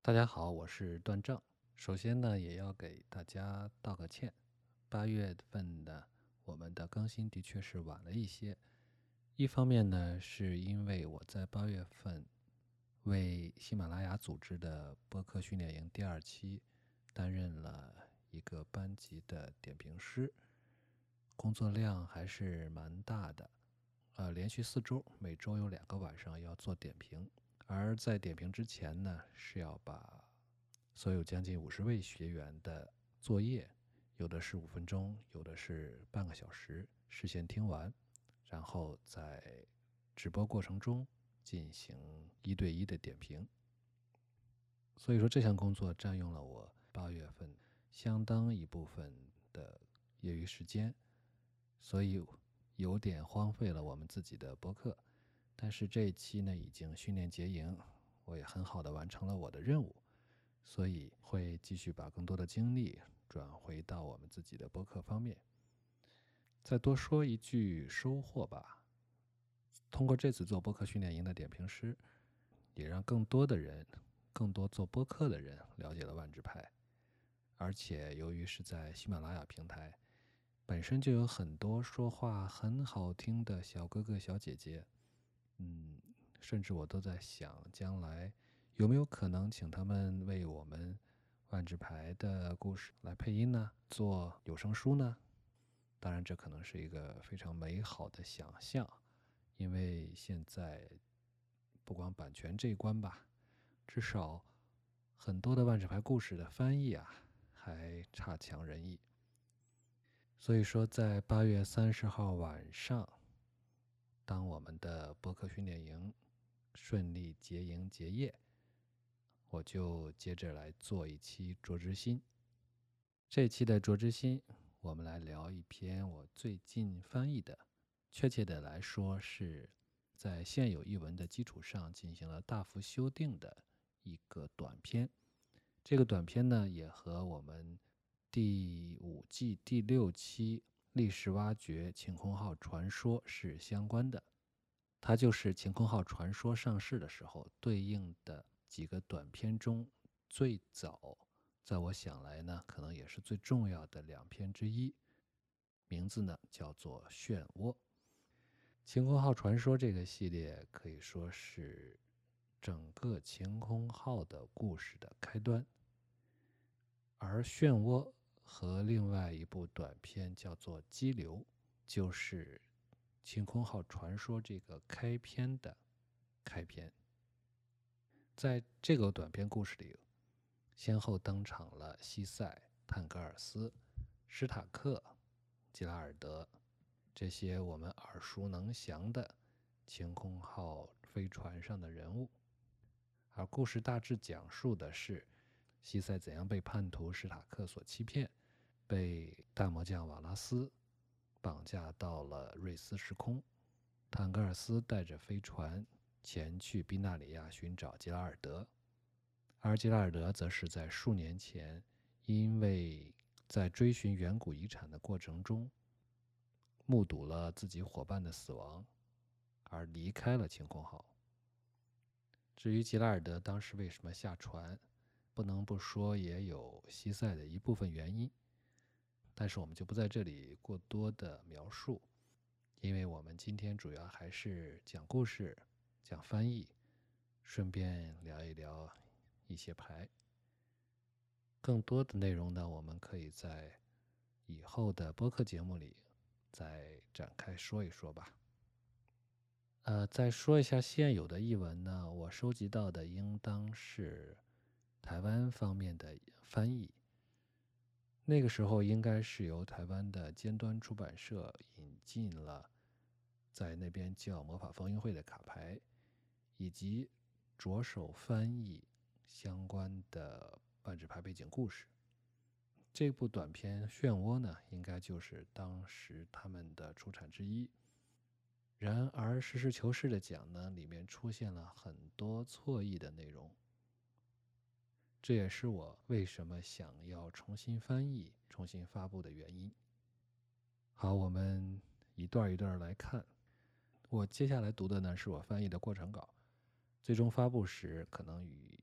大家好，我是段正。首先呢，也要给大家道个歉。8月份的我们的更新的确是晚了一些。一方面呢，是因为我在8月份为喜马拉雅组织的播客训练营第2期担任了一个班级的点评师，工作量还是蛮大的。连续4周，每周有2个晚上要做点评。而在点评之前呢，是要把所有将近50位学员的作业，有的是5分钟，有的是半个小时，事先听完，然后在直播过程中进行1对1的点评。所以说这项工作占用了我8月份相当一部分的业余时间，所以有点荒废了我们自己的播客。但是这一期呢，已经训练结营，我也很好的完成了我的任务，所以会继续把更多的精力转回到我们自己的播客方面。再多说一句收获吧，通过这次做播客训练营的点评师，也让更多做播客的人了解了万智牌。而且由于是在喜马拉雅平台，本身就有很多说话很好听的小哥哥小姐姐，甚至我都在想，将来有没有可能请他们为我们万智牌的故事来配音呢？做有声书呢？当然这可能是一个非常美好的想象，因为现在不光版权这一关吧，至少很多的万智牌故事的翻译还差强人意。所以说在8月30号晚上，当我们的播客训练营顺利结营结业，我就接着来做一期卓之心。这一期的卓之心，我们来聊一篇我最近翻译的，确切的来说是在现有译文的基础上进行了大幅修订的一个短篇。这个短篇呢，也和我们第5季第6期历史挖掘晴空号传说是相关的。它就是晴空号传说上市的时候对应的几个短篇中最早，在我想来呢，可能也是最重要的2篇之一，名字呢叫做漩涡。晴空号传说这个系列可以说是整个晴空号的故事的开端，而漩涡和另外一部短片叫做激流，就是晴空号传说这个开篇的开篇。在这个短篇故事里，先后登场了西塞、探格尔斯、史塔克、吉拉尔德这些我们耳熟能详的晴空号飞船上的人物。而故事大致讲述的是西塞怎样被叛徒史塔克所欺骗，被大魔将瓦拉斯绑架到了瑞斯时空。坦格尔斯带着飞船前去宾纳里亚寻找吉拉尔德，而吉拉尔德则是在数年前因为在追寻远古遗产的过程中目睹了自己伙伴的死亡而离开了晴空号。至于吉拉尔德当时为什么下船，不能不说也有西塞的一部分原因，但是我们就不在这里过多的描述，因为我们今天主要还是讲故事、讲翻译，顺便聊一聊一些牌。更多的内容呢，我们可以在以后的播客节目里再展开说一说吧。再说一下现有的译文呢，我收集到的应当是台湾方面的翻译。那个时候应该是由台湾的尖端出版社引进了在那边叫魔法风云会的卡牌，以及着手翻译相关的万智牌背景故事。这部短片漩涡呢，应该就是当时他们的出产之一。然而实事求是的讲呢，里面出现了很多错译的内容，这也是我为什么想要重新翻译、重新发布的原因。好，我们一段一段来看。我接下来读的呢，是我翻译的过程稿，最终发布时可能与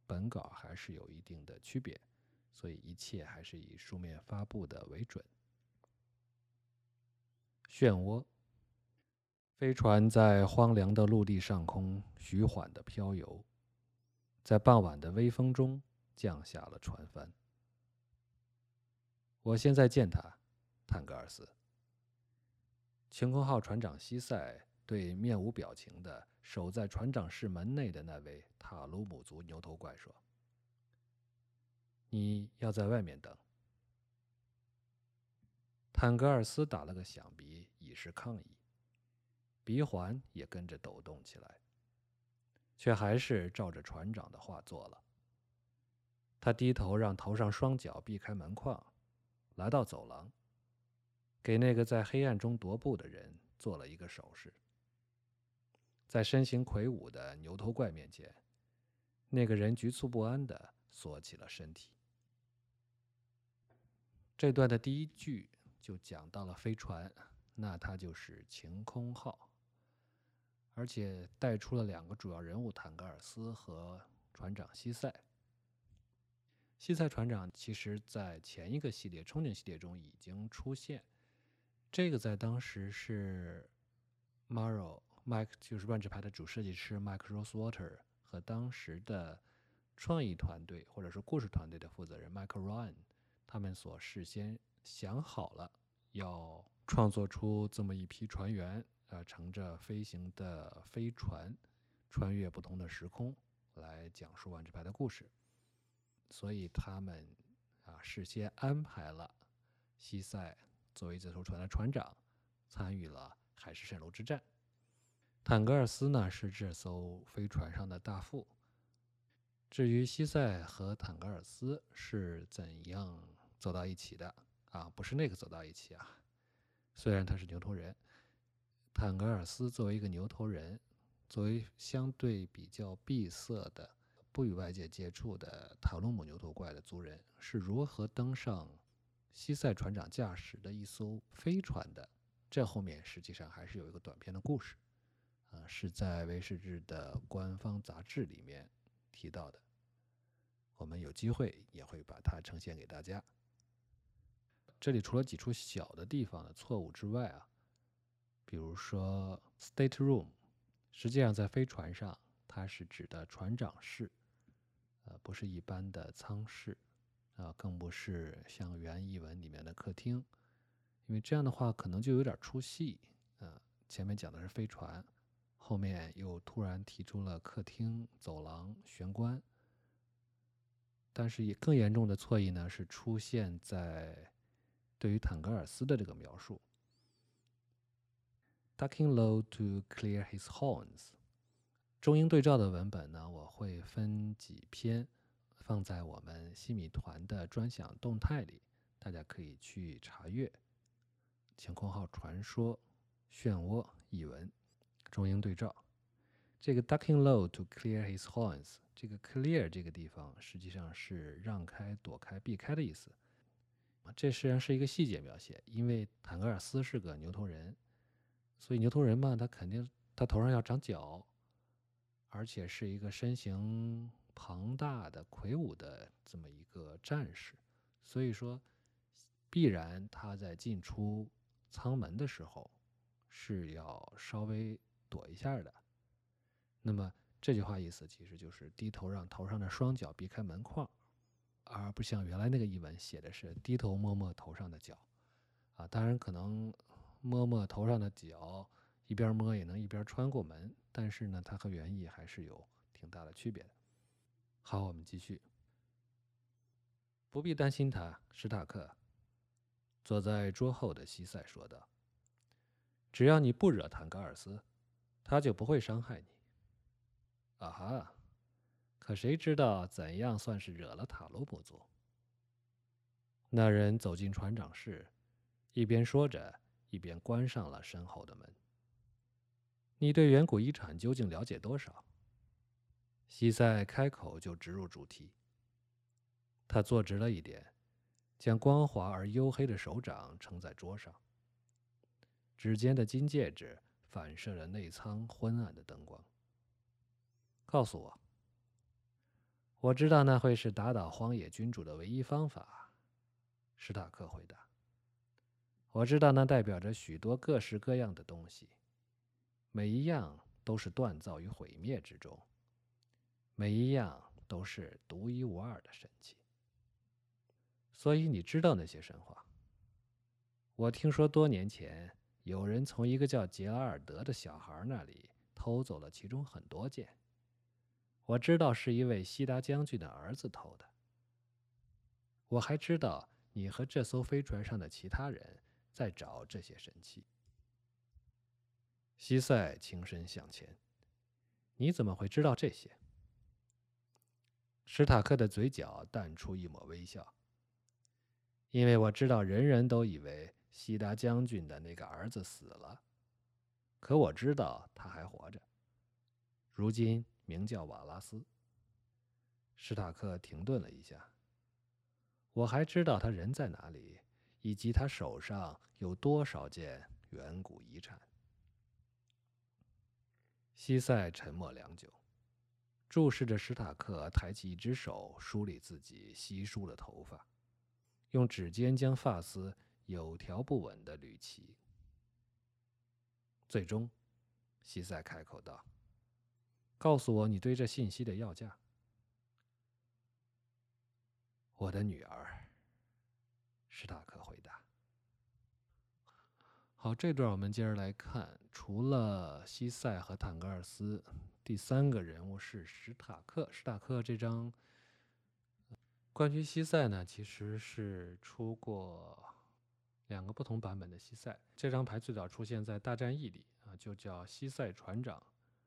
本稿还是有一定的区别，所以一切还是以书面发布的为准。漩涡，飞船在荒凉的陆地上空徐缓地飘游，在傍晚的微风中降下了船帆。我现在见他，坦格尔斯。晴空号船长西塞对面无表情地守在船长室门内的那位塔鲁姆族牛头怪说：“你要在外面等。”坦格尔斯打了个响鼻，以示抗议，鼻环也跟着抖动起来，却还是照着船长的话做了。他低头让头上双脚避开门框，来到走廊，给那个在黑暗中踱步的人做了一个手势。在身形魁梧的牛头怪面前，那个人局促不安地缩起了身体。这段的第一句就讲到了飞船，那它就是晴空号，而且带出了两个主要人物坦格尔斯和船长西塞。西塞船长其实在前一个系列憧憬系列中已经出现，这个在当时是 Mike 就是万智牌的主设计师 Mike Rosewater 和当时的创意团队或者是故事团队的负责人 Michael Ryan 他们所事先想好了要创作出这么一批船员，乘着飞行的飞船穿越不同的时空来讲述万智牌的故事，所以他们事先安排了西塞作为这艘船的船长，参与了海市蜃楼之战。坦格尔斯呢是这艘飞船上的大副。至于西塞和坦格尔斯是怎样走到一起的不是那个走到一起虽然他是牛头人，坦格尔斯作为一个牛头人，作为相对比较闭塞的不与外界接触的塔鲁姆牛头怪的族人，是如何登上西塞船长驾驶的一艘飞船的，这后面实际上还是有一个短篇的故事是在威士忌的官方杂志里面提到的，我们有机会也会把它呈现给大家。这里除了几处小的地方的错误之外比如说 stateroom 实际上在飞船上它是指的船长室，不是一般的舱室更不是像原译文里面的客厅，因为这样的话可能就有点出戏前面讲的是飞船，后面又突然提出了客厅、走廊、玄关。但是也更严重的错译呢，是出现在对于坦格尔斯的这个描述 Ducking low to clear his horns。 中英对照的文本呢，我会分几篇放在我们西米团的专享动态里，大家可以去查阅。晴空号传说漩涡译文中英对照，这个 ducking low to clear his horns， 这个 clear 这个地方实际上是让开、躲开、避开的意思。这实际上是一个细节描写，因为坦格尔斯是个牛头人，所以牛头人嘛，他肯定他头上要长角，而且是一个身形庞大的魁梧的这么一个战士，所以说必然他在进出舱门的时候是要稍微躲一下的。那么这句话意思其实就是低头让头上的双脚避开门框，而不像原来那个译文写的是低头摸摸头上的脚当然可能摸摸头上的脚一边摸也能一边穿过门，但是呢它和原意还是有挺大的区别的。好，我们继续。不必担心他，史塔克，坐在桌后的西塞说道，只要你不惹坦格尔斯，他就不会伤害你。啊哈，可谁知道怎样算是惹了塔鲁姆族？那人走进船长室，一边说着，一边关上了身后的门。你对远古遗产究竟了解多少？西塞开口就直入主题。他坐直了一点，将光滑而黝黑的手掌撑在桌上，指尖的金戒指反射了内舱昏暗的灯光。告诉我， 我知道那会是打倒荒野君主的唯一方法，史塔克回答。我知道那代表着许多各式各样的东西，每一样都是锻造于毁灭之中，每一样都是独一无二的神奇。所以你知道那些神话。我听说多年前有人从一个叫杰拉尔德的小孩那里偷走了其中很多件。我知道是一位西达将军的儿子偷的。我还知道你和这艘飞船上的其他人在找这些神器。西塞轻身向前。你怎么会知道这些？史塔克的嘴角淡出一抹微笑。因为我知道人人都以为西达将军的那个儿子死了，可我知道他还活着，如今名叫瓦拉斯。史塔克停顿了一下。我还知道他人在哪里，以及他手上有多少件远古遗产。西塞沉默良久，注视着史塔克抬起一只手梳理自己稀疏的头发，用指尖将发丝有条不紊地捋齐。最终，西塞开口道：“告诉我你对这信息的要价。”我的女儿，史塔克回答。好，这段我们接着来看，除了西塞和坦格尔斯，第三个人物是史塔克。史塔克这张关于西塞呢，其实是出过2个不同版本的西塞。这张牌最早出现在《大战役》里啊，就叫西塞船长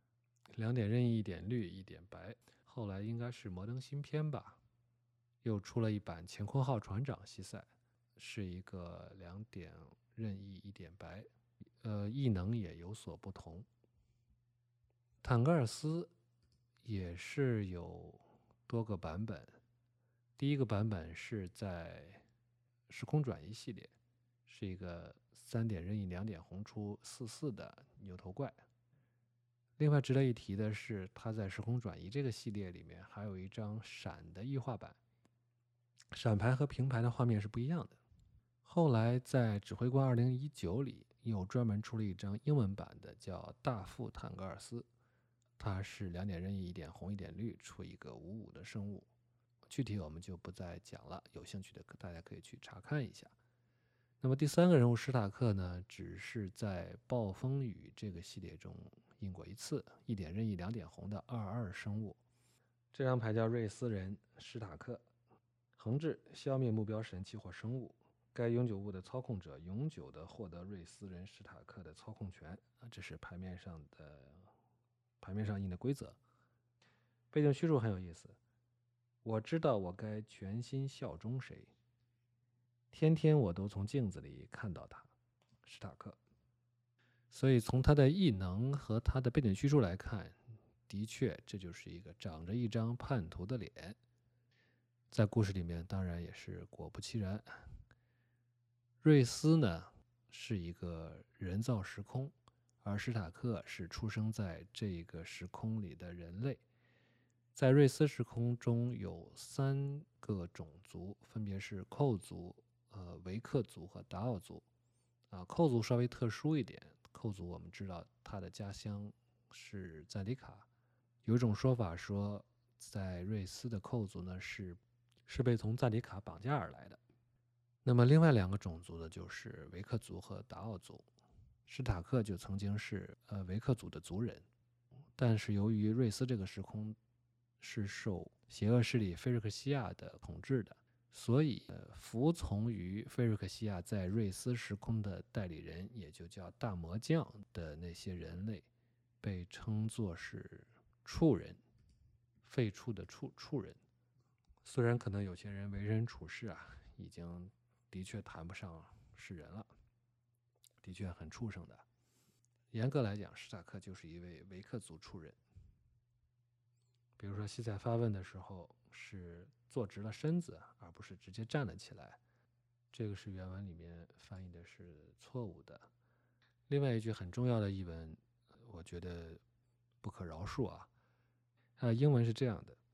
，2点任意1点绿1点白。后来应该是摩登新篇吧，又出了一版乾坤号船长西塞，是一个2点任意1点白，异能也有所不同。坦格尔斯也是有多个版本，第一个版本是在时空转移系列，是一个3点任意2点红出4/4的牛头怪。另外值得一提的是，他在时空转移这个系列里面还有一张闪的异化版，闪牌和平牌的画面是不一样的。后来在指挥官2019里又专门出了一张英文版的，叫大副坦格尔斯，它是2点任意1点红1点绿出一个5/5的生物，具体我们就不再讲了，有兴趣的大家可以去查看一下。那么第三个人物史塔克呢，只是在暴风雨这个系列中印过一次，1点任意2点红的2/2生物。这张牌叫瑞斯人史塔克，横置消灭目标神器或生物，该永久物的操控者永久地获得瑞斯人史塔克的操控权。这是牌面上印的规则。背景叙述很有意思。我知道我该全心效忠谁，天天我都从镜子里看到他，史塔克。所以从他的异能和他的背景叙述来看，的确这就是一个长着一张叛徒的脸。在故事里面当然也是果不其然，瑞斯呢是一个人造时空，而史塔克是出生在这个时空里的人类。在瑞斯时空中有3个种族，分别是寇族、维克族和达奥族。寇族稍微特殊一点，寇族我们知道他的家乡是赞迪卡。有一种说法说，在瑞斯的寇族呢是被从赞迪卡绑架而来的。那么另外2个种族呢，就是维克族和达奥族。史塔克就曾经是维克族的族人，但是由于瑞斯这个时空是受邪恶势力菲瑞克西亚的统治的，所以服从于菲瑞克西亚在瑞斯时空的代理人，也就叫大魔将的那些人类，被称作是畜人，废畜的畜人。虽然可能有些人为人处事已经的确谈不上是人了，的确很畜生的。严格来讲，史塔克就是一位维克族畜人。比如说西塞发问的时候是坐直了身子，而不是直接站了起来，这个是原文里面翻译的是错误的。另外一句很重要的译文，我觉得不可饶恕英文是这样的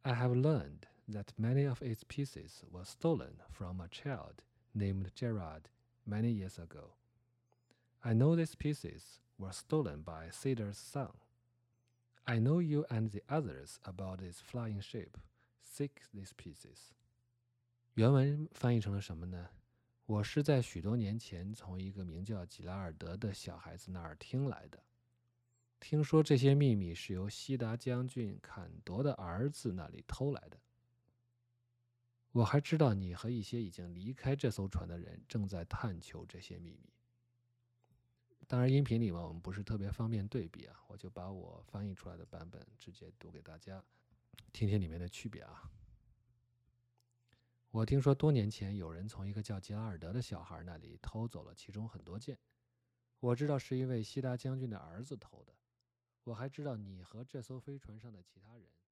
I have learned that many of its pieces were stolen from a child named Gerard many years ago. I know these pieces were stolen by Cedar's son. I know you and the others about this flying ship. Seek these pieces. 原文翻译成了什么呢？我是在许多年前从一个名叫吉拉尔德的小孩子那儿听来的。听说这些秘密是由西达将军坎铎的儿子那里偷来的。我还知道你和一些已经离开这艘船的人正在探求这些秘密。当然，音频里我们不是特别方便对比啊，我就把我翻译出来的版本直接读给大家，听听里面的区别啊。我听说多年前有人从一个叫吉拉尔德的小孩那里偷走了其中很多件，我知道是一位西达将军的儿子偷的。我还知道你和这艘飞船上的其他人